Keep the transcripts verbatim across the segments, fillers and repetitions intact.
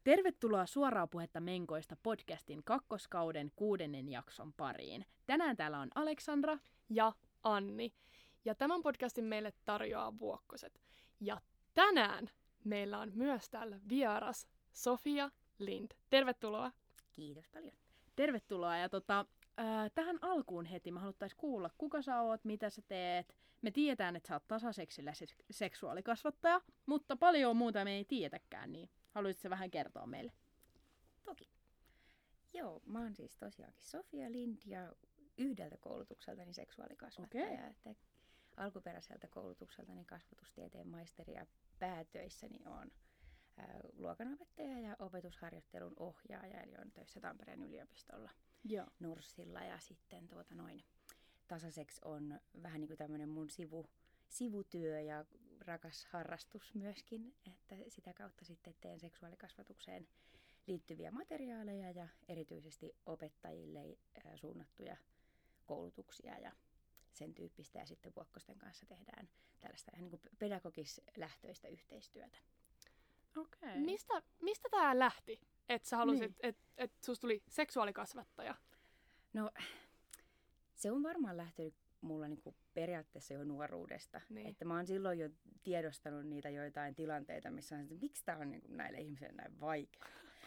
Tervetuloa Suoraa puhetta menkoista podcastin kakkoskauden kuudennen jakson pariin. Tänään täällä on Aleksandra ja Anni. Ja tämän podcastin meille tarjoaa Vuokkoset. Ja tänään meillä on myös täällä vieras Sofia Lind. Tervetuloa. Kiitos paljon. Tervetuloa. Ja tota, äh, tähän alkuun heti me haluttais kuulla, kuka sä oot, mitä sä teet. Me tiedetään, että sä oot tasaseksillä se- seksuaalikasvattaja, mutta paljon muuta me ei tiedetäkään, niin haluaisitko vähän kertoa meille? Toki. Joo, mä oon siis tosiaankin Sofia Lind ja yhdeltä koulutukseltani seksuaalikasvattaja. Okei. Että alkuperäiseltä koulutukseltani kasvatustieteen maisteri ja päätöissäni on ää, luokanopettaja ja opetusharjoittelun ohjaaja, eli on töissä Tampereen yliopistolla Joo. Nurssilla. Ja sitten tuota noin, tasaseks on vähän niin kuin tämmöinen mun sivu, sivutyö ja rakas harrastus myöskin, että sitä kautta sitten teen seksuaalikasvatukseen liittyviä materiaaleja ja erityisesti opettajille ää, suunnattuja koulutuksia ja sen tyyppistä. Ja sitten Vuokkosten kanssa tehdään tällaista niin kuin pedagogis-lähtöistä yhteistyötä. Okei. Okay. Mistä, mistä tää lähti, että sä halusit, Niin. että et susta tuli seksuaalikasvattaja? No, se on varmaan lähtenyt mulla niinku periaatteessa jo nuoruudesta. Niin. Että mä oon silloin jo tiedostanut niitä joitain tilanteita, missä on, että miksi tää on niinku näille ihmisille näin vaikea.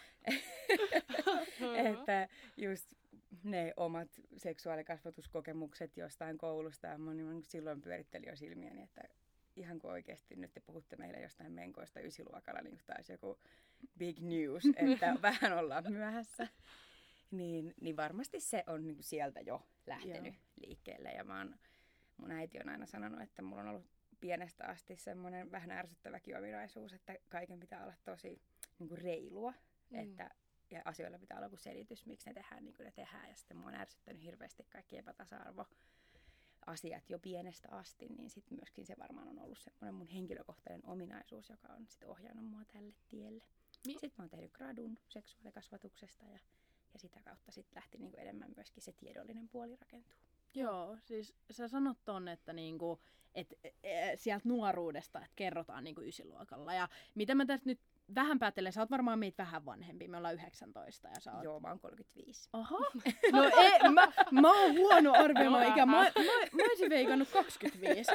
Että just ne omat seksuaalikasvatuskokemukset jostain koulusta. Ja mä, niin silloin pyörittelin jo silmiäni, että ihan kuin oikeasti nyt te puhutte meille jostain menkoista ysiluokalla, niin kuin taisi joku big news, että vähän ollaan myöhässä. Niin, niin varmasti se on niin kuin sieltä jo lähtenyt Joo. liikkeelle. Ja mä oon, mun äiti on aina sanonut, että mulla on ollut pienestä asti semmoinen vähän ärsyttäväkin ominaisuus, että kaiken pitää olla tosi niin kuin reilua. Mm. Että, ja asioilla pitää olla joku selitys, miksi ne tehdään niin kuin ne tehdään. Ja sitten mua on ärsyttänyt hirveästi kaikki epätasa-arvo asiat jo pienestä asti, niin sitten myöskin se varmaan on ollut semmoinen mun henkilökohtainen ominaisuus, joka on sitten ohjannut mua tälle tielle. Mi- Sitten mä oon tehnyt gradun seksuaalikasvatuksesta ja, ja sitä kautta sitten lähti niinku enemmän myöskin se tiedollinen puoli rakentuu. Joo, siis sä sanot ton, että niinku, et, e, sieltä nuoruudesta, että kerrotaan niinku ysiluokalla. Ja mitä mä tästä nyt vähän päättelen, sä oot varmaan meitä vähän vanhempi, me ollaan yhdeksäntoista ja sä oot... Joo, mä oon kolmekymmentäviisi. Aha, no ei, mä, mä oon huono arvioimaan ikää, mä, mä, mä oisin veikannut kaksikymmentäviisi.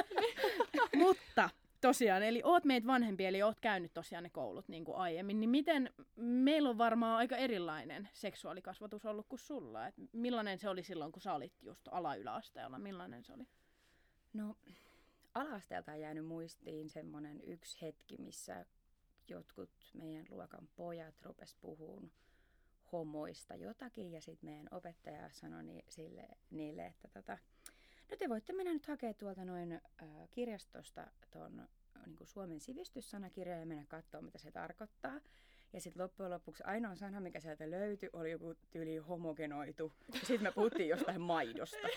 Mutta tosiaan, eli oot meitä vanhempi, eli oot käynyt tosiaan ne koulut niin kuin aiemmin, niin miten, meillä on varmaan aika erilainen seksuaalikasvatus ollut kuin sulla, et millainen se oli silloin, kun sä olit just ala-yläasteella, millainen se oli? No, ala-asteelta on jäänyt muistiin semmoinen yksi hetki, missä jotkut meidän luokan pojat rupes puhumaan homoista jotakin, ja sitten meidän opettaja sanoi ni- sille, niille, että tota, no te voitte mennä nyt hakea tuolta noin äh, kirjastosta ton niin kuin Suomen sivistyssanakirja ja mennä katsoa, mitä se tarkoittaa. Ja sitten loppujen lopuksi ainoa sana, mikä sieltä löytyi, oli joku tyyli homogenoitu. Ja sitten me puhuttiin jostain maidosta.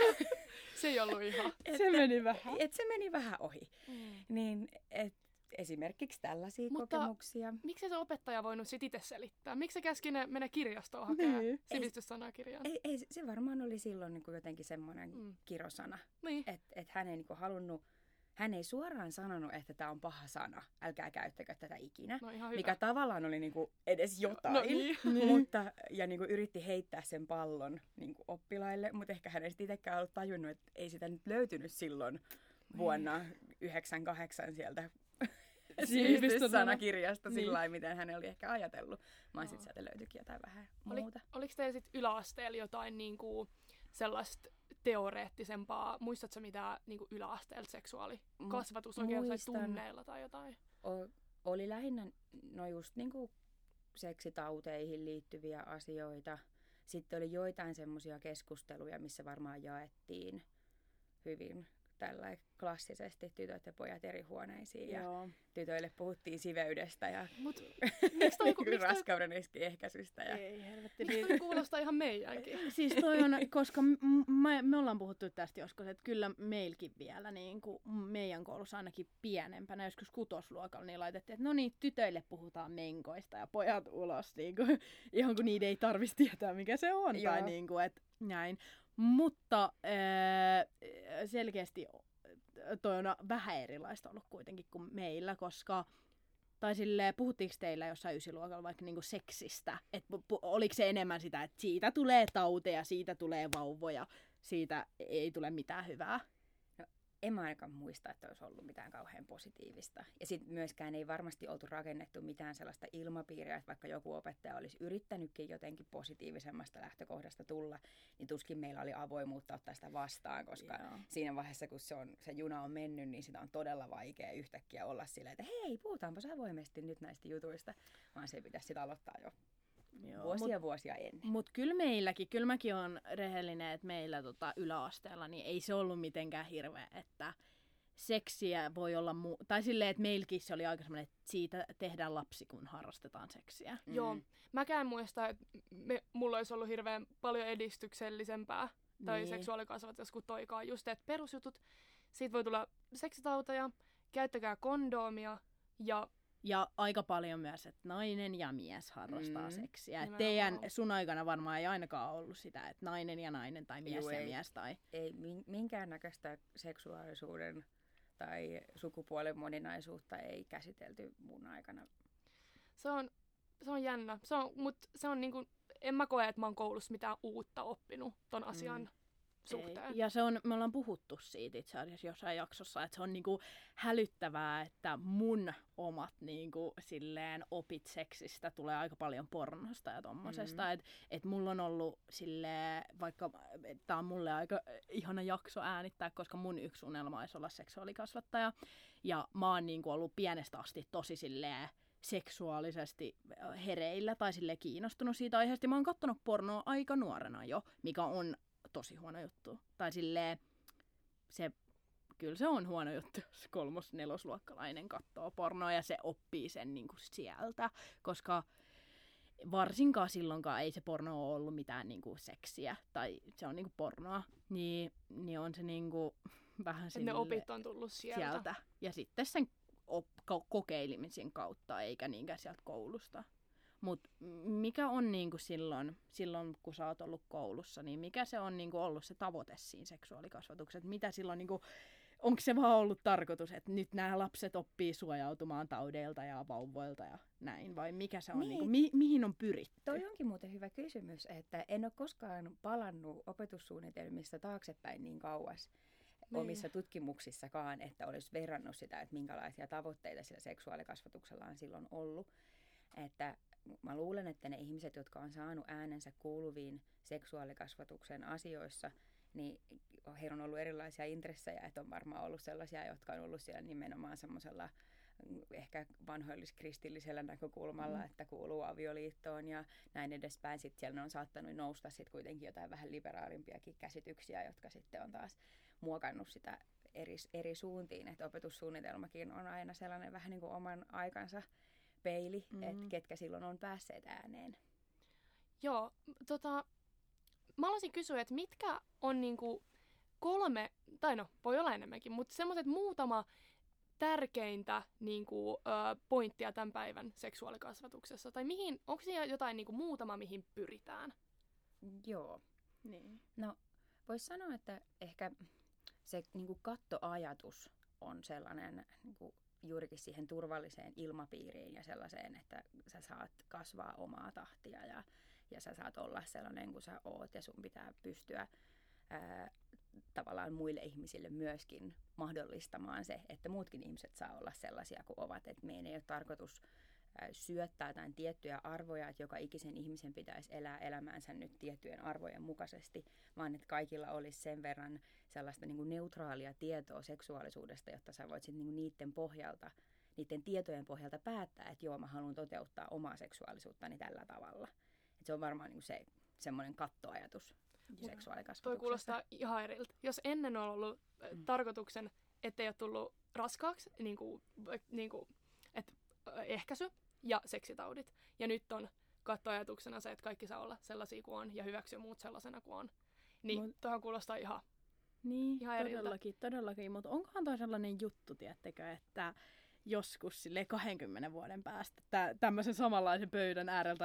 Se ei ollut ihan. Se meni vähän. Et se meni vähän ohi. Mm. Niin, et esimerkiksi tällaisia Mutta kokemuksia. miksi se opettaja voinut sit itse selittää? Miksi se käski ne mennä kirjastoon hakemaan Niin. sivistyssanakirjaa? Ei, ei, se varmaan oli silloin niin kuin jotenkin semmoinen Mm. mm. kirosana, Niin. että et hän ei niin kuin halunnut, hän ei suoraan sanonut, että tämä on paha sana, älkää käyttäkö tätä ikinä, No ihan hyvä. mikä tavallaan oli niin kuin edes jotain, No niin. mutta, ja niin kuin yritti heittää sen pallon niin kuin oppilaille, mutta ehkä hän ei sit itsekään ollut tajunnut, että ei sitä nyt löytynyt silloin vuonna yhdeksänkymmentäkahdeksan sieltä sivistyssanakirjasta Niin. sillä lailla, miten hän oli ehkä ajatellut. Mä sitten sieltä löytyikin jotain vähän Oli, muuta. oliko teillä sit yläasteella jotain niinku sellaista teoreettisempaa, muistatko mitä niinku yläasteelta seksuaalikasvatus oikein jossain Muistan. tunneilla tai jotain? O- oli lähinnä no just niinku seksitauteihin liittyviä asioita. Sitten oli joitain semmoisia keskusteluja, missä varmaan jaettiin hyvin tällä klassisesti tytöt ja pojat eri huoneisiin. Ja Joo. tytöille puhuttiin siveydestä ja Mut miksi toi, niinku miksi toi, raskauden ehkäisystä. Ja... Ei helvetti. miksi toi kuulostaa ihan meidänkin? Siis toi on, koska m- m- me ollaan puhuttu tästä joskus, että kyllä meilläkin vielä, niin kuin meidän koulussa ainakin pienempänä, joskus kutosluokalla, niin laitettiin, että no niin, tytöille puhutaan menkoista ja pojat ulos, niin kuin, ihan kun niiden ei tarvitsisi tietää, mikä se on. Joo. Tai niin kuin, että näin. Mutta ää, selkeästi toi on vähän erilaista ollut kuitenkin kuin meillä, koska tai silleen, puhuttiinko teillä jossain ysiluokalla vaikka niinku seksistä? Et pu- pu- oliko se enemmän sitä, että siitä tulee tauteja, siitä tulee vauvoja, siitä ei tule mitään hyvää? No, en mä ainakaan muista, että olisi ollut mitään kauhean positiivista. Ja sitten myöskään ei varmasti oltu rakennettu mitään sellaista ilmapiiriä, että vaikka joku opettaja olisi yrittänytkin jotenkin positiivisemmasta lähtökohdasta tulla, niin tuskin meillä oli avoimuutta ottaa sitä vastaan, koska Joo. siinä vaiheessa, kun se, on, se juna on mennyt, niin sitä on todella vaikea yhtäkkiä olla silleen, että hei, puhutaanpas avoimesti nyt näistä jutuista, vaan se pitäisi sitä aloittaa jo Joo, vuosia mut, vuosia ennen. Mutta kyllä meilläkin, kyllä mäkin olen rehellinen, että meillä tota, yläasteella niin ei se ollut mitenkään hirveä, että seksiä voi olla muu... Tai silleen, että meilläkin se oli aika semmoinen, että siitä tehdään lapsi, kun harrastetaan seksiä. Mm. Joo. Mäkään muista, että me, mulla olisi ollut hirveän paljon edistyksellisempää tai niin. seksuaalikasvatus kuin toikaan. Just että perusjutut, siitä voi tulla seksitauteja, käyttäkää kondoomia ja... Ja aika paljon myös, että nainen ja mies harrastaa mm. seksiä. Et Nimenomaan. teidän sun aikana varmaan ei ainakaan ollut sitä, että nainen ja nainen tai mies Juu, ja ei, mies. Tai... Ei minkäännäköistä seksuaalisuuden tai sukupuolen moninaisuutta ei käsitelty mun aikana. Se on, se on jännä. Se on, mut se on niinku, en mä koe, että mä oon koulussa mitään uutta oppinut ton asian mm. suhteen. Ei. Ja se on, me ollaan puhuttu siitä itse asiassa jossain jaksossa, että se on niinku hälyttävää, että mun omat niinku silleen opit seksistä tulee aika paljon pornosta ja tommosesta. Mm-hmm. Että et mulla on ollut silleen, vaikka tää on mulle aika ihana jakso äänittää, koska mun yksi unelma olisi olla seksuaalikasvattaja. Ja mä oon niinku ollut pienestä asti tosi silleen seksuaalisesti hereillä tai silleen kiinnostunut siitä aiheesta. Mä oon kattonut pornoa aika nuorena jo, mikä on tosi huono juttu. Tai silleen, se, kyllä se on huono juttu, jos kolmos-, nelosluokkalainen katsoo pornoa ja se oppii sen niinku sieltä, koska varsinkaan silloinkaan ei se porno ole ollut mitään niinku seksiä, tai se on niinku pornoa, niin, niin on se niinku vähän silleen... Ne opit on tullut sieltä. sieltä. Ja sitten sen op- ko- kokeilemisen kautta, eikä niinkään sieltä koulusta. Mutta mikä on niinku silloin, silloin, kun sä oot ollut koulussa, niin mikä se on niinku ollut se tavoite siinä seksuaalikasvatuksessa? Mitä silloin, niinku, onko se vaan ollut tarkoitus, että nyt nämä lapset oppii suojautumaan taudeilta ja vauvoilta ja näin? Vai mikä se on, niin. niinku, mi- mihin on pyritty? Toi onkin muuten hyvä kysymys, että en ole koskaan palannut opetussuunnitelmissa taaksepäin niin kauas niin. omissa tutkimuksissakaan, että olisi verrannut sitä, että minkälaisia tavoitteita sillä seksuaalikasvatuksella on silloin ollut. Että mä luulen, että ne ihmiset, jotka on saanut äänensä kuuluviin seksuaalikasvatuksen asioissa, niin heillä on ollut erilaisia intressejä, että on varmaan ollut sellaisia, jotka on ollut siellä nimenomaan semmoisella ehkä vanhoilliskristillisellä näkökulmalla, mm. että kuuluu avioliittoon ja näin edespäin. Sitten siellä on saattanut nousta sitten kuitenkin jotain vähän liberaalimpiakin käsityksiä, jotka sitten on taas muokannut sitä eri, eri suuntiin. Että opetussuunnitelmakin on aina sellainen vähän niin kuin oman aikansa peili, mm. että ketkä silloin on päässeet ääneen. Joo, tota, mä haluaisin kysyä, että mitkä on niinku kolme, tai no, voi olla enemmänkin, mutta semmoiset muutama tärkeintä niinku, ö, pointtia tämän päivän seksuaalikasvatuksessa, tai mihin, onko siellä jotain niinku muutama, mihin pyritään? Joo. Niin. No, voisi sanoa, että ehkä se niinku kattoajatus on sellainen niinku juurikin siihen turvalliseen ilmapiiriin ja sellaiseen, että sä saat kasvaa omaa tahtia ja, ja sä saat olla sellainen kuin sä oot ja sun pitää pystyä ää, tavallaan muille ihmisille myöskin mahdollistamaan se, että muutkin ihmiset saa olla sellaisia kuin ovat. Että meidän ei ole tarkoitus ää, syöttää jotain tiettyjä arvoja, että joka ikisen ihmisen pitäisi elää elämäänsä nyt tiettyjen arvojen mukaisesti, vaan että kaikilla olisi sen verran sellaista niin kuin neutraalia tietoa seksuaalisuudesta, jotta sä voit sitten niin kuin niiden pohjalta, niiden tietojen pohjalta päättää, että joo, mä haluan toteuttaa omaa seksuaalisuuttani tällä tavalla. Et se on varmaan niin kuin se semmoinen kattoajatus seksuaalikasvatuksesta. Toi kuulostaa ihan eriltä. Jos ennen on ollut mm. tarkoituksen, ettei ole tullut raskaaksi, niin kuin, niin kuin, että ehkäisy ja seksitaudit. Ja nyt on kattoajatuksena se, että kaikki saa olla sellaisia kuin on ja hyväksyä muut sellaisena kuin on. Niin Mut... toihan kuulostaa ihan Niin, ihan todellakin, todellakin. Mutta onkohan toi sellainen juttu, tiedättekö, että joskus sille kahdenkymmenen vuoden päästä tä- tämmöisen samanlaisen pöydän äärellä tai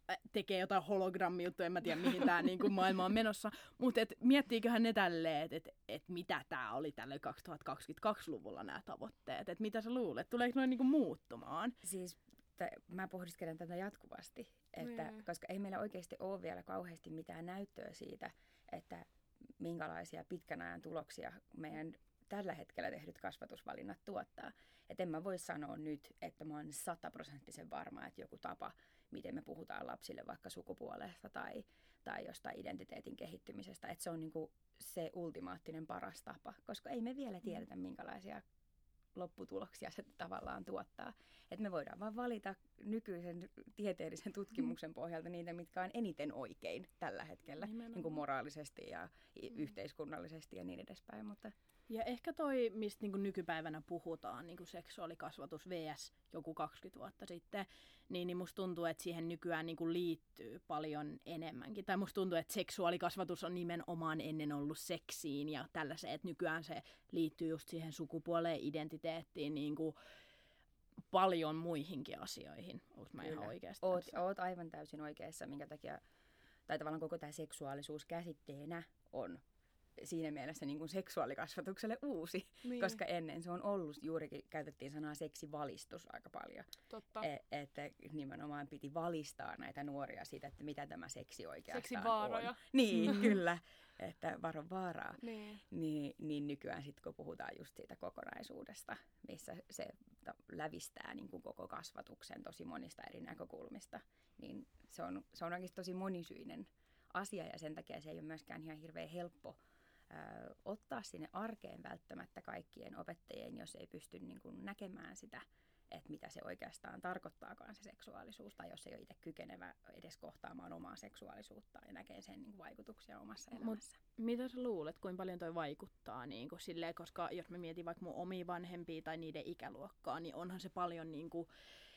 tekee jotain hologrammijuttuja, en mä tiedä mihin tää niinku maailma on menossa. Mutta miettiiköhän ne tälleen, että et, et mitä tää oli tälle kaksituhattakaksikymmentäkaksi-luvulla nämä tavoitteet. Että mitä sä luulet, tuleeko noin niinku muuttumaan? Siis t- mä pohdiskelen tätä jatkuvasti, että, Mm. koska ei meillä oikeasti ole vielä kauheasti mitään näyttöä siitä, että minkälaisia pitkän ajan tuloksia meidän tällä hetkellä tehdyt kasvatusvalinnat tuottaa. Et en mä voi sanoa nyt, että mä oon sataprosenttisen varma, että joku tapa, miten me puhutaan lapsille vaikka sukupuolesta tai, tai jostain identiteetin kehittymisestä, että se on niinku se ultimaattinen paras tapa, koska ei me vielä tiedetä, minkälaisia lopputuloksia se tavallaan tuottaa. Et me voidaan vaan valita nykyisen tieteellisen tutkimuksen pohjalta niitä, mitkä on eniten oikein tällä hetkellä, niin kuin moraalisesti ja mm. yhteiskunnallisesti ja niin edespäin. Mutta ja ehkä toi, mistä niinku nykypäivänä puhutaan, niinku seksuaalikasvatus versus joku kaksikymmentä vuotta sitten, niin, niin musta tuntuu, että siihen nykyään niinku liittyy paljon enemmänkin. Tai musta tuntuu, että seksuaalikasvatus on nimenomaan ennen ollut seksiin ja tällaiseen, että nykyään se liittyy just siihen sukupuoleen, identiteettiin, niinku paljon muihinkin asioihin. Onko mä ihan oikeasti? Oot, oot aivan täysin oikeassa, minkä takia, tai tavallaan koko tämä seksuaalisuus käsitteenä on siinä mielessä niin kuin seksuaalikasvatukselle uusi, niin. Koska ennen se on ollut, juurikin käytettiin sanaa seksivalistus aika paljon. Totta. E- että nimenomaan piti valistaa näitä nuoria siitä, että mitä tämä seksi oikeastaan Seksivaaroja. on. Niin, kyllä, että varo vaaraa. Niin. Niin, niin nykyään sitten kun puhutaan just siitä kokonaisuudesta, missä se lävistää niin kuin koko kasvatuksen tosi monista eri näkökulmista, niin se on, se on oikeasti tosi monisyinen asia ja sen takia se ei ole myöskään ihan hirveän helppo Ö, ottaa sinne arkeen välttämättä kaikkien opettajien, jos ei pysty niin kuin näkemään sitä, että mitä se oikeastaan tarkoittaakaan se seksuaalisuus, tai jos ei ole itse kykenevä edes kohtaamaan omaa seksuaalisuutta ja näkee sen niin kuin vaikutuksia omassa elämässä. Mut mitä sä luulet, kuinka paljon toi vaikuttaa? Niin kuin silleen, koska jos mä mietin vaikka mun omia vanhempia tai niiden ikäluokkaa, niin onhan se paljon niin kuin,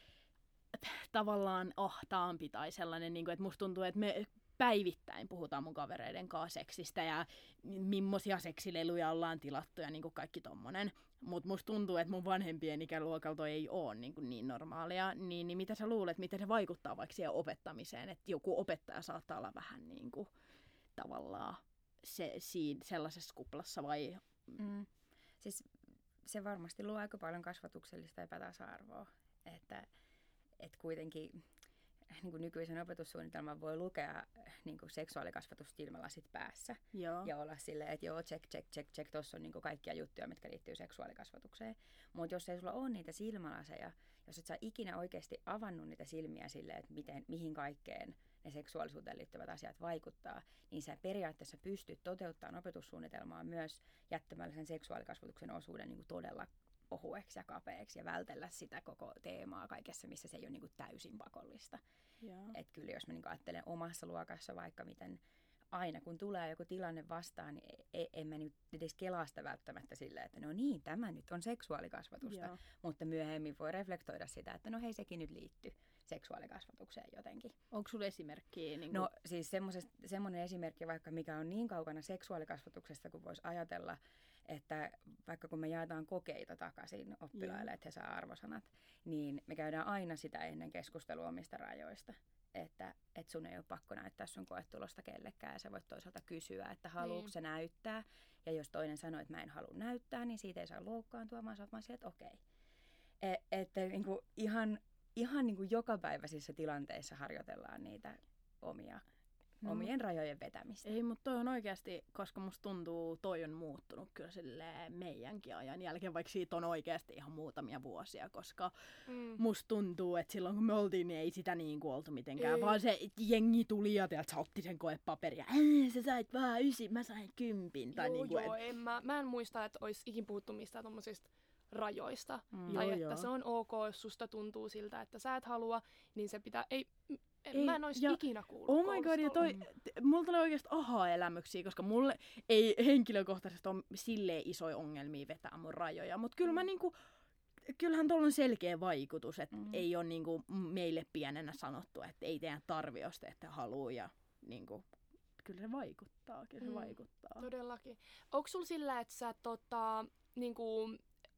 tavallaan ahtaampi tai sellainen, niin kuin, että musta tuntuu, että me päivittäin puhutaan mun kavereiden kanssa seksistä ja millaisia seksileluja ollaan tilattu ja niin kuin kaikki tommonen. Mutta musta tuntuu, että mun vanhempien ikäluokalta ei ole niin, niin normaalia. Niin, niin mitä sä luulet, miten se vaikuttaa vaikka siihen opettamiseen? Että joku opettaja saattaa olla vähän niin kuin tavallaan se, siinä, sellaisessa kuplassa vai? Mm. Siis se varmasti luo aika paljon kasvatuksellista epätasa-arvoa. Että, että kuitenkin niin kuin nykyisen opetussuunnitelman voi lukea niin kuin seksuaalikasvatusilmalasit päässä. Joo. Ja olla silleen, että joo, check, check, check, check, tuossa on niin kuin kaikkia juttuja, mitkä liittyy seksuaalikasvatukseen. Mutta jos ei sulla ole niitä silmälaseja, jos et sä ikinä oikeasti avannut niitä silmiä silleen, että miten, mihin kaikkeen ne seksuaalisuuteen liittyvät asiat vaikuttaa, niin sä periaatteessa pystyt toteuttamaan opetussuunnitelmaa myös jättämällä sen seksuaalikasvatuksen osuuden niin kuin todella ohueksi ja kapeaksi ja vältellä sitä koko teemaa kaikessa, missä se ei ole niin kuin täysin pakollista. Että kyllä jos mä niin kuin ajattelen omassa luokassa vaikka miten aina kun tulee joku tilanne vastaan, niin e- en mä nyt edes kelaa sitä välttämättä silleen, että no niin, tämä nyt on seksuaalikasvatusta. Joo. Mutta myöhemmin voi reflektoida sitä, että no hei, sekin nyt liittyy seksuaalikasvatukseen jotenkin. Onko sulla esimerkkiä? Niin kuin... No siis semmoinen esimerkki vaikka, mikä on niin kaukana seksuaalikasvatuksesta, kun voisi ajatella, että vaikka kun me jaetaan kokeita takaisin oppilaille, että he saa arvosanat, niin me käydään aina sitä ennen keskustelua omista rajoista. Että et sun ei ole pakko näyttää sun koetulosta kellekään ja sä voit toisaalta kysyä, että haluatko niin. sä näyttää. Ja jos toinen sanoo, että mä en halua näyttää, niin siitä ei saa loukkaantua, vaan sä oot vaan sieltä, että okei. Okay. Että niinku ihan, ihan niinku jokapäiväisissä tilanteissa harjoitellaan niitä omia, no, omien rajojen vetämistä. Ei, mutta toi on oikeasti, koska musta tuntuu, toi on muuttunut kyllä silleen meidänkin ajan jälkeen, vaikka siitä on oikeasti ihan muutamia vuosia, koska mm. musta tuntuu, että silloin kun me oltiin, niin ei sitä niin kuin oltu mitenkään, ei. Vaan se jengi tuli ja teiltä otti sen koepaperia, sä sait vaan ysin, mä sain kympin. Tai joo, niin kuin, joo, et... en mä, mä en muista, että olisi ikin puhuttu mistään tommosista rajoista. Mm. Tai joo, että joo. se on ok, jos susta tuntuu siltä, että sä et halua, niin se pitää, ei... Ei, mä en olisi ja, ikinä kuullut. Oh my god, ja toi, t- mulla tulee oikeasti aha-elämyksiä, koska mulle ei henkilökohtaisesti ole silleen isoja ongelmia vetää mun rajoja, mutta kyllä mä niinku, kyllähän tuolla on selkeä vaikutus, että mm. ei ole niinku meille pienenä sanottu, että ei teidän tarvi, jos te ette halua, ja niinku, kyllä se vaikuttaa, kyllä se mm. vaikuttaa. Todellakin. Onko sulla sillä, että sä tota, niinku,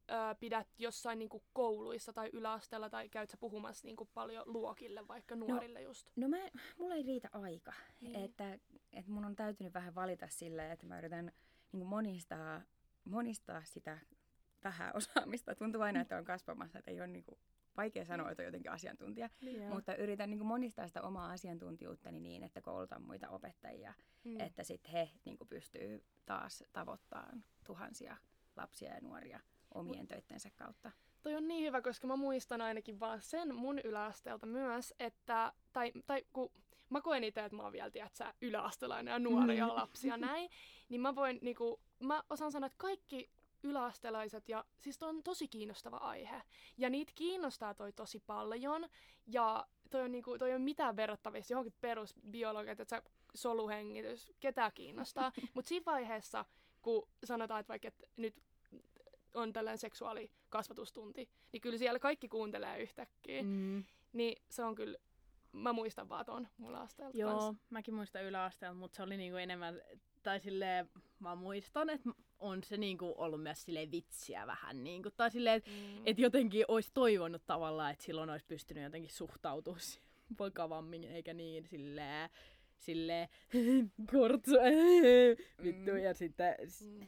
ö, pidät jossain niinku kouluissa tai yläasteella tai käyt sä puhumassa niinku paljon luokille, vaikka nuorille no, just? No mä, mulla ei riitä aika, Niin. että, että mun on täytynyt vähän valita silleen, että mä yritän niin monistaa, monistaa sitä vähän osaamista. Tuntuu aina, että on kasvamassa, että ei ole niin kuin vaikea sanoa, että on jotenkin asiantuntija, Niin. mutta yritän niin kuin monistaa sitä omaa asiantuntijuuttani niin, että koulutan muita opettajia, mm. että sitten he niin kuin pystyy taas tavoittamaan tuhansia lapsia ja nuoria omien töittensä kautta. Toi on niin hyvä, koska mä muistan ainakin vaan sen mun yläasteelta myös, että, tai, tai kun mä koen itse, että mä oon vielä, tiedätkö, yläastelainen ja nuoria mm. lapsia näin, niin mä voin, niinku, mä osaan sanoa, että kaikki yläastelaiset, ja siis toi on tosi kiinnostava aihe, ja niitä kiinnostaa toi tosi paljon, ja toi on, niinku, toi on mitään verrattavissa johonkin perusbiologiat, että soluhengitys, ketä kiinnostaa, mutta siinä vaiheessa, kun sanotaan, että vaikka et nyt on tällainen seksuaalikasvatustunti, niin kyllä siellä kaikki kuuntelee yhtäkkiä. Mm. Niin se on kyllä, mä muistan vaan ton mulla asteelta Joo, kanssa. mäkin muistan yläasteelta, mutta se oli niinku enemmän, tai silleen, mä muistan, että on se niinku ollut myös silleen vitsiä vähän niinku, tai silleen, että mm. et jotenkin olisi toivonut tavallaan, että silloin olisi pystynyt jotenkin suhtautumaan vakavammin, eikä niin silleen, silleen, kortsu, vittu, mm. ja sitten... Mm.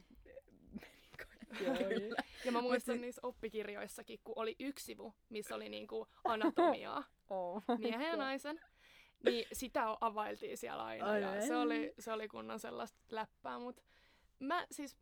Ja mä muistan niissä oppikirjoissakin, kun oli yksi sivu, missä oli niinku anatomiaa, oh. miehen ja naisen, niin sitä availtiin siellä aina. Oh, ja se oli, se oli kunnon sellaista läppää, mutta mä siis,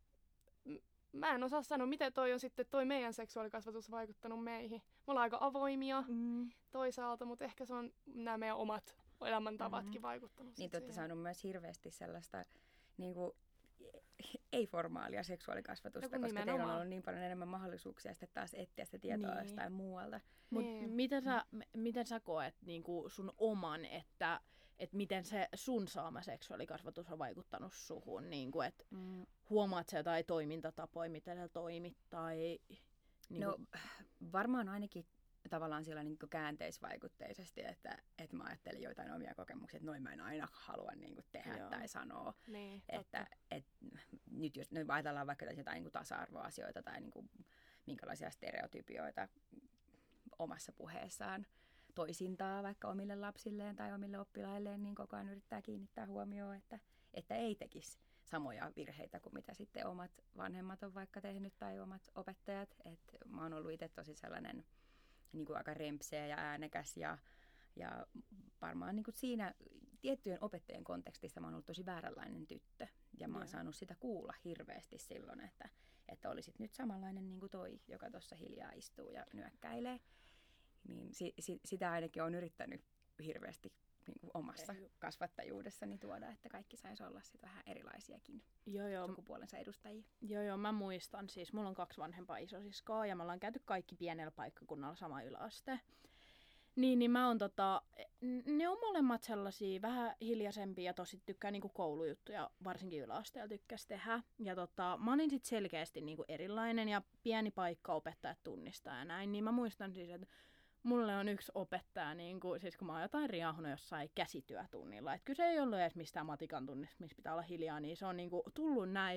mä en osaa sanoa, miten toi on sitten toi meidän seksuaalikasvatus vaikuttanut meihin. Me ollaan aika avoimia mm. toisaalta, mutta ehkä se on nämä meidän omat elämäntavatkin mm. vaikuttanut. Niin te olette saanut myös hirveästi sellaista niinku ei-formaalia seksuaalikasvatusta, koska nimenomaan. Teillä on ollut niin paljon enemmän mahdollisuuksia sitten taas etsiä sitä tietoa niin. jostain muualta. Mut niin. miten, sä, m- miten sä koet niinku sun oman, että et miten se sun saama seksuaalikasvatus on vaikuttanut suhun? Niinku, et mm. huomaat sä jotain toimintatapoja, miten sä toimit? Tai, niinku... No varmaan ainakin tavallaan sillä niin kuin käänteisvaikutteisesti, että, että mä ajattelin joitain omia kokemuksia, että noin mä en aina halua niin kuin tehdä Joo. tai sanoa. Niin, että, että nyt jos nyt ajatellaan vaikka jotain niin kuin tasa-arvoasioita tai niin kuin, minkälaisia stereotypioita omassa puheessaan toisintaa vaikka omille lapsilleen tai omille oppilailleen, niin koko ajan yrittää kiinnittää huomioon, että, että ei tekisi samoja virheitä kuin mitä sitten omat vanhemmat on vaikka tehnyt tai omat opettajat. Et mä oon ollut itse tosi sellainen niin kuin aika rempseä ja äänekäs ja, ja varmaan niin kuin siinä tiettyjen opettajien kontekstissa mä oon ollut tosi vääränlainen tyttö. Ja mä oon yeah. saanut sitä kuulla hirveästi silloin, että, että olisit nyt samanlainen niin kuin toi, joka tuossa hiljaa istuu ja nyökkäilee. Niin si, si, sitä ainakin on yrittänyt hirveästi niin kuin omassa okay. kasvattajuudessani tuoda, että kaikki saisi olla sit vähän erilaisiakin joo, joo. sukupuolensa edustajia. Joo, joo, mä muistan. Siis mulla on kaksi vanhempaa isosiskoa ja me ollaan käyty kaikki pienellä paikkakunnalla sama yläaste. Niin, niin mä oon tota, ne on molemmat sellaisia vähän hiljaisempia ja tosi tykkää niinku koulujuttuja, varsinkin yläasteella tykkäs tehdä. Ja tota, mä olin sit selkeästi niinku erilainen ja pieni paikka opettajat tunnistaa ja näin, niin mä muistan siis, että mulle on yksi opettaja, niin kun, siis kun mä oon jotain riahunut jossain käsityötunnilla, että kyse ei ollut edes mistään matikan tunnista, missä pitää olla hiljaa, niin se on niin kun tullut näin,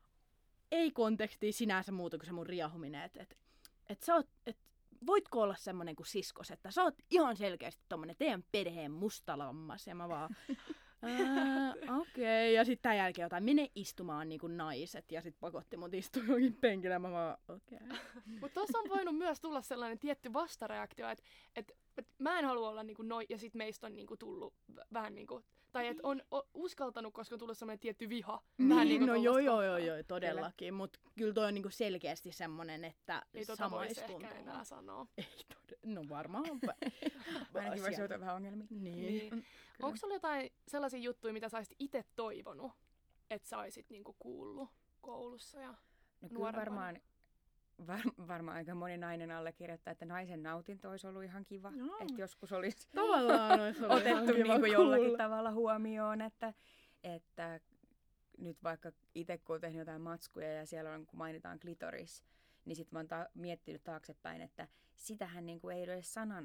ei kontekstia sinänsä muuta kuin se mun riahuminen, että et, et sä oot, et, voitko olla semmonen kuin siskos, että sä oot ihan selkeästi tommonen teidän perheen mustalammas, ja mä vaan, okei, okay. Ja sitten tämän jälkeen jotain, mene istumaan niin kuin naiset, ja sitten pakotti mut istumaan johonkin penkille, ja mä vaan, okei. Okay. Mutta tuossa on voinut myös tulla sellainen tietty vastareaktio, että et, et mä en halua olla niinku noi, ja sitten meistä on niinku tullut vähän niinku, tai että on o, uskaltanut, koska on tullut sellainen tietty viha. Niin, vähän niinku no joo, joo, joo, joo, todellakin, mutta kyllä toi on niinku selkeästi semmonen, että ei tota samaistuntuu. Ei tota enää sanoa. Ei todella, no varmaan. Ainakin voisi joutua vähän ongelmiin. Niin. niin. Onko sulla jotain sellaisia juttuja, mitä sä olisit itse toivonut, että sä olisit niinku kuullut koulussa ja no kyllä varmaan, var, varmaan aika moni nainen allekirjoittaa, että naisen nautinto olisi ollut ihan kiva. No. Että joskus olisi tavallaan olisi ollut otettu niinku jollakin tavalla huomioon, että, että nyt vaikka itse kun olen tehnyt jotain matskuja ja siellä on, kun mainitaan klitoris, niin sitten mä oon ta- miettinyt taaksepäin, että sitähän niinku ei edes sanana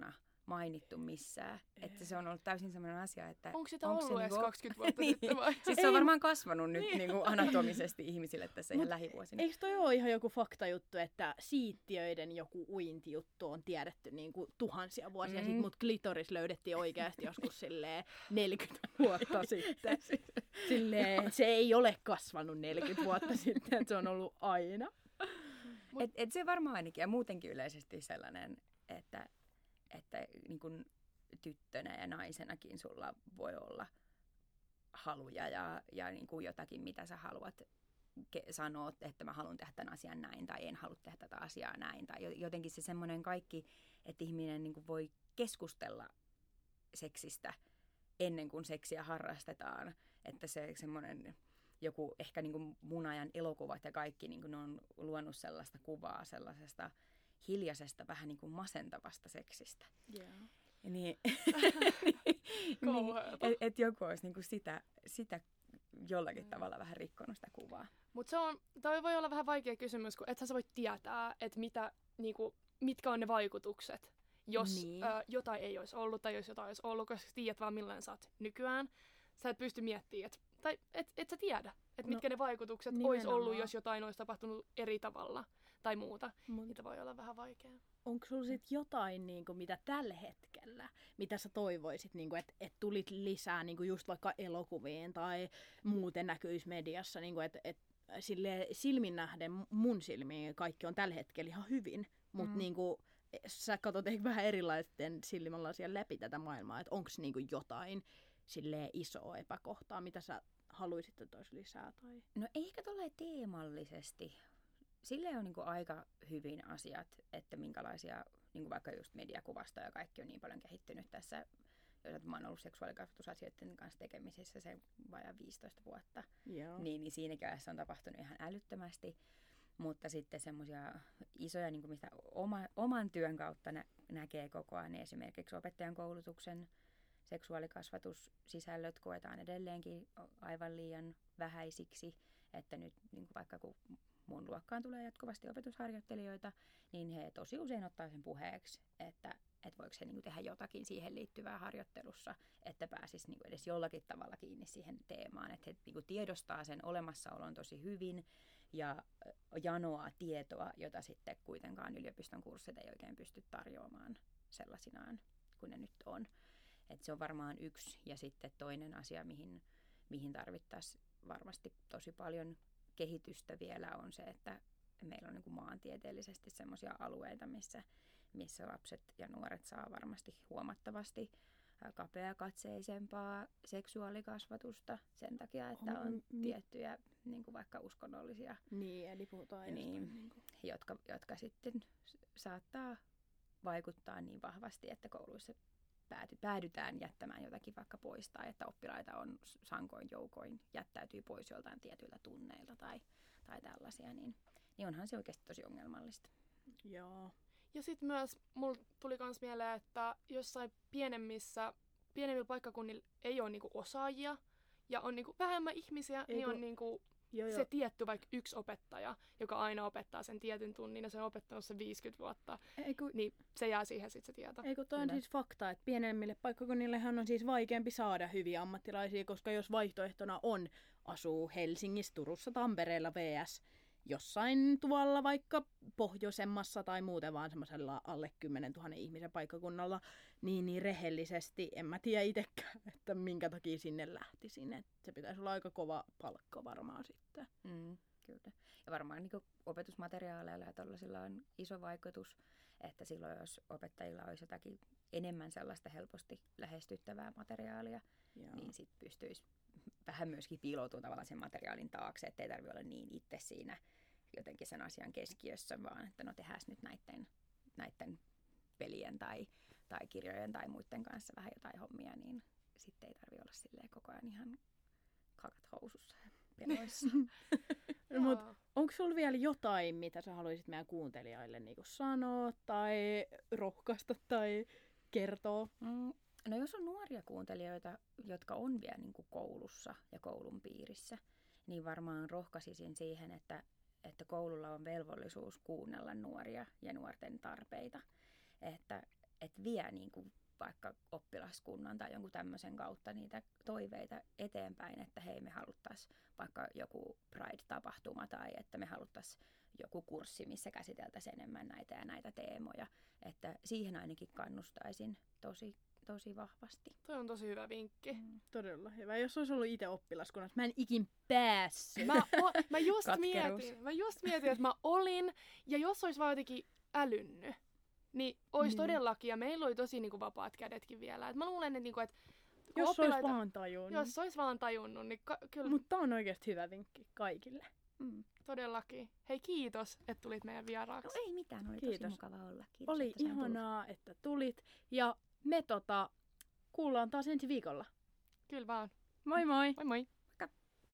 mainittu missään. Että se on ollut täysin sellainen asia, että... Onko sitä onko ollut se edes niinku... kaksikymmentä vuotta niin. sitten vai? Siis se on varmaan kasvanut nyt niinku anatomisesti ihmisille tässä ihan lähivuosina. Eikö toi ole ihan joku faktajuttu, että siittiöiden joku uintijuttu on tiedetty niinku tuhansia vuosia mm. sitten, mutta klitoris löydettiin oikeasti joskus silleen neljäkymmentä vuotta sitten. Silleen, se ei ole kasvanut neljäkymmentä vuotta sitten, että se on ollut aina. Et, et se varmaan ainakin, ja muutenkin yleisesti sellainen, että, että niin kun tyttönä ja naisenakin sulla voi olla haluja ja, ja niin kuin jotakin, mitä sä haluat ke- sanoa, että mä haluan tehdä tämän asian näin tai en halua tehdä tätä asiaa näin. Tai jotenkin se semmoinen kaikki, että ihminen niin kuin voi keskustella seksistä ennen kuin seksiä harrastetaan. Että se semmoinen joku ehkä niin kuin mun ajan elokuvat ja kaikki, niin kuin ne on luonut sellaista kuvaa sellaisesta hiljaisesta, vähän niin kuin masentavasta seksistä. Yeah. Niin, niin että et joku olisi niinku sitä, sitä jollakin mm. tavalla vähän rikkonut sitä kuvaa. Mutta se on, toi voi olla vähän vaikea kysymys, kun ethän sä voi tietää, että mitä, niinku, mitkä on ne vaikutukset, jos niin. ö, jotain ei olisi ollut tai jos jotain olisi ollut, koska sä tiedät vaan millainen sä oot nykyään. Sä et pysty miettimään, et, tai et, et sä tiedä, että mitkä no, ne vaikutukset olisi ollut, jos jotain olisi tapahtunut eri tavalla tai muuta. Mut. Niitä voi olla vähän vaikeaa. Onko sulla sit jotain, niinku, mitä tällä hetkellä, mitä sä toivoisit, niinku, että et tulit lisää niinku, just vaikka elokuviin tai muuten näkyisi mediassa, niinku, että et, silmin nähden mun silmiin kaikki on tällä hetkellä ihan hyvin, mutta mm. niinku, sä katsot ehkä vähän erilaisten silmälasien läpi tätä maailmaa, että onko niinku, jotain silleen isoa epäkohtaa, mitä sä haluaisit, että olisi lisää? Tai... No ehkä tolleen teemallisesti. Silleen on niin kuin aika hyvin asiat, että minkälaisia, niin kuin vaikka just mediakuvasta ja kaikki on niin paljon kehittynyt tässä, joita mä oon ollut seksuaalikasvatusasioiden kanssa tekemisissä se vajaa viisitoista vuotta, niin, niin siinäkin ajassa on tapahtunut ihan älyttömästi. Mutta sitten semmoisia isoja, niin kuin mistä oma, oman työn kautta nä- näkee koko ajan, niin esimerkiksi opettajan koulutuksen seksuaalikasvatussisällöt koetaan edelleenkin aivan liian vähäisiksi, että nyt niin kuin vaikka kun mun luokkaan tulee jatkuvasti opetusharjoittelijoita, niin he tosi usein ottaa sen puheeksi, että, että voiko he niin kuin tehdä jotakin siihen liittyvää harjoittelussa, että pääsisi niin kuin edes jollakin tavalla kiinni siihen teemaan, että he niin kuin tiedostaa sen olemassaolon tosi hyvin ja janoaa tietoa, jota sitten kuitenkaan yliopiston kurssit ei oikein pysty tarjoamaan sellaisinaan kuin ne nyt on. Et se on varmaan yksi. Ja sitten toinen asia, mihin, mihin tarvittaisiin varmasti tosi paljon kehitystä vielä, on se, että meillä on niin kuin maantieteellisesti sellaisia alueita, missä, missä lapset ja nuoret saa varmasti huomattavasti kapeakatseisempaa seksuaalikasvatusta sen takia, että on, on mi- tiettyjä niin kuin vaikka uskonnollisia, niin, eli puhutaan niin, jostain, niin kuin. jotka, jotka sitten saattaa vaikuttaa niin vahvasti, että kouluissa pääty, päädytään jättämään jotakin vaikka pois, tai että oppilaita on sankoin joukoin jättäytyy pois joltain tietyiltä tunneilta tai, tai tällaisia, niin, niin onhan se oikeasti tosi ongelmallista. Joo. Ja sitten myös mulla tuli myös mieleen, että jossain pienemmissä, pienemmillä paikkakunnilla ei ole niinku osaajia ja on niinku vähemmän ihmisiä, Eiku... niin on niinku joo, se joo. tietty vaikka yksi opettaja, joka aina opettaa sen tietyn tunnin ja se on opettanut sen viisikymmentä vuotta, Eiku... niin se jää siihen sitten se tieto. Eikö toi on siis fakta, että pienemmille paikkakunnillehan on siis vaikeampi saada hyviä ammattilaisia, koska jos vaihtoehtona on asuu Helsingissä, Turussa, Tampereella vs jossain tuolla vaikka pohjoisemmassa tai muuten vaan semmoisella alle kymmenen tuhannen ihmisen paikkakunnalla, niin, niin rehellisesti en mä tiedä itsekään, että minkä takia sinne lähtisin. Et se pitäisi olla aika kova palkka varmaan sitten. Mm, kyllä. Ja varmaan niin opetusmateriaaleilla ja tällaisilla on iso vaikutus, että silloin jos opettajilla olisi jotakin enemmän sellaista helposti lähestyttävää materiaalia, Joo. niin sitten pystyisi vähän myöskin piiloutua tavallaan sen materiaalin taakse, ettei tarvitse olla niin itse siinä jotenkin sen asian keskiössä, vaan että no tehdään nyt näiden, näiden pelien tai, tai kirjojen tai muiden kanssa vähän jotain hommia, niin sitten ei tarvitse olla silleen koko ajan ihan kakat housussa ja peloissa. Mut onko sulla vielä jotain, mitä sä haluaisit meidän kuuntelijoille niinku sanoa tai rohkaista tai kertoa? Mm. No jos on nuoria kuuntelijoita, jotka on vielä niin kuin koulussa ja koulun piirissä, niin varmaan rohkaisisin siihen, että, että koululla on velvollisuus kuunnella nuoria ja nuorten tarpeita. Että et vie niin kuin vaikka oppilaskunnan tai jonkun tämmöisen kautta niitä toiveita eteenpäin, että hei, me haluttaisiin vaikka joku Pride-tapahtuma tai että me haluttaisiin joku kurssi, missä käsiteltäisiin enemmän näitä ja näitä teemoja. Että siihen ainakin kannustaisin tosi, tosi vahvasti. Toi on tosi hyvä vinkki. Mm. Todella hyvä. Jos olisi ollut itse oppilaskunnassa, mä en ikin päässyt. Mä, o, mä, just Katkeruus. mietin, mä just mietin, että mä olin, ja jos olisi vaan jotenkin älynnyt, niin olisi Niin. todellakin, ja meillä oli tosi niinku vapaat kädetkin vielä. Et mä luulen, että niinku, et, kun Jos olisi oppilaita- vaan tajunnut. jos olisi vaan tajunnut, niin ka- kyllä Mutta on oikeasti hyvä vinkki kaikille. Mm. todellakin. Hei, kiitos, että tulit meidän vieraaksi. No ei mitään, oli Kiitos. tosi mukava olla. Kiitos, Oli että sain tulla. ihanaa, että tulit. Ja me tota, kuullaan taas ensi viikolla. Kyllä vaan. Moi moi! Moi moi!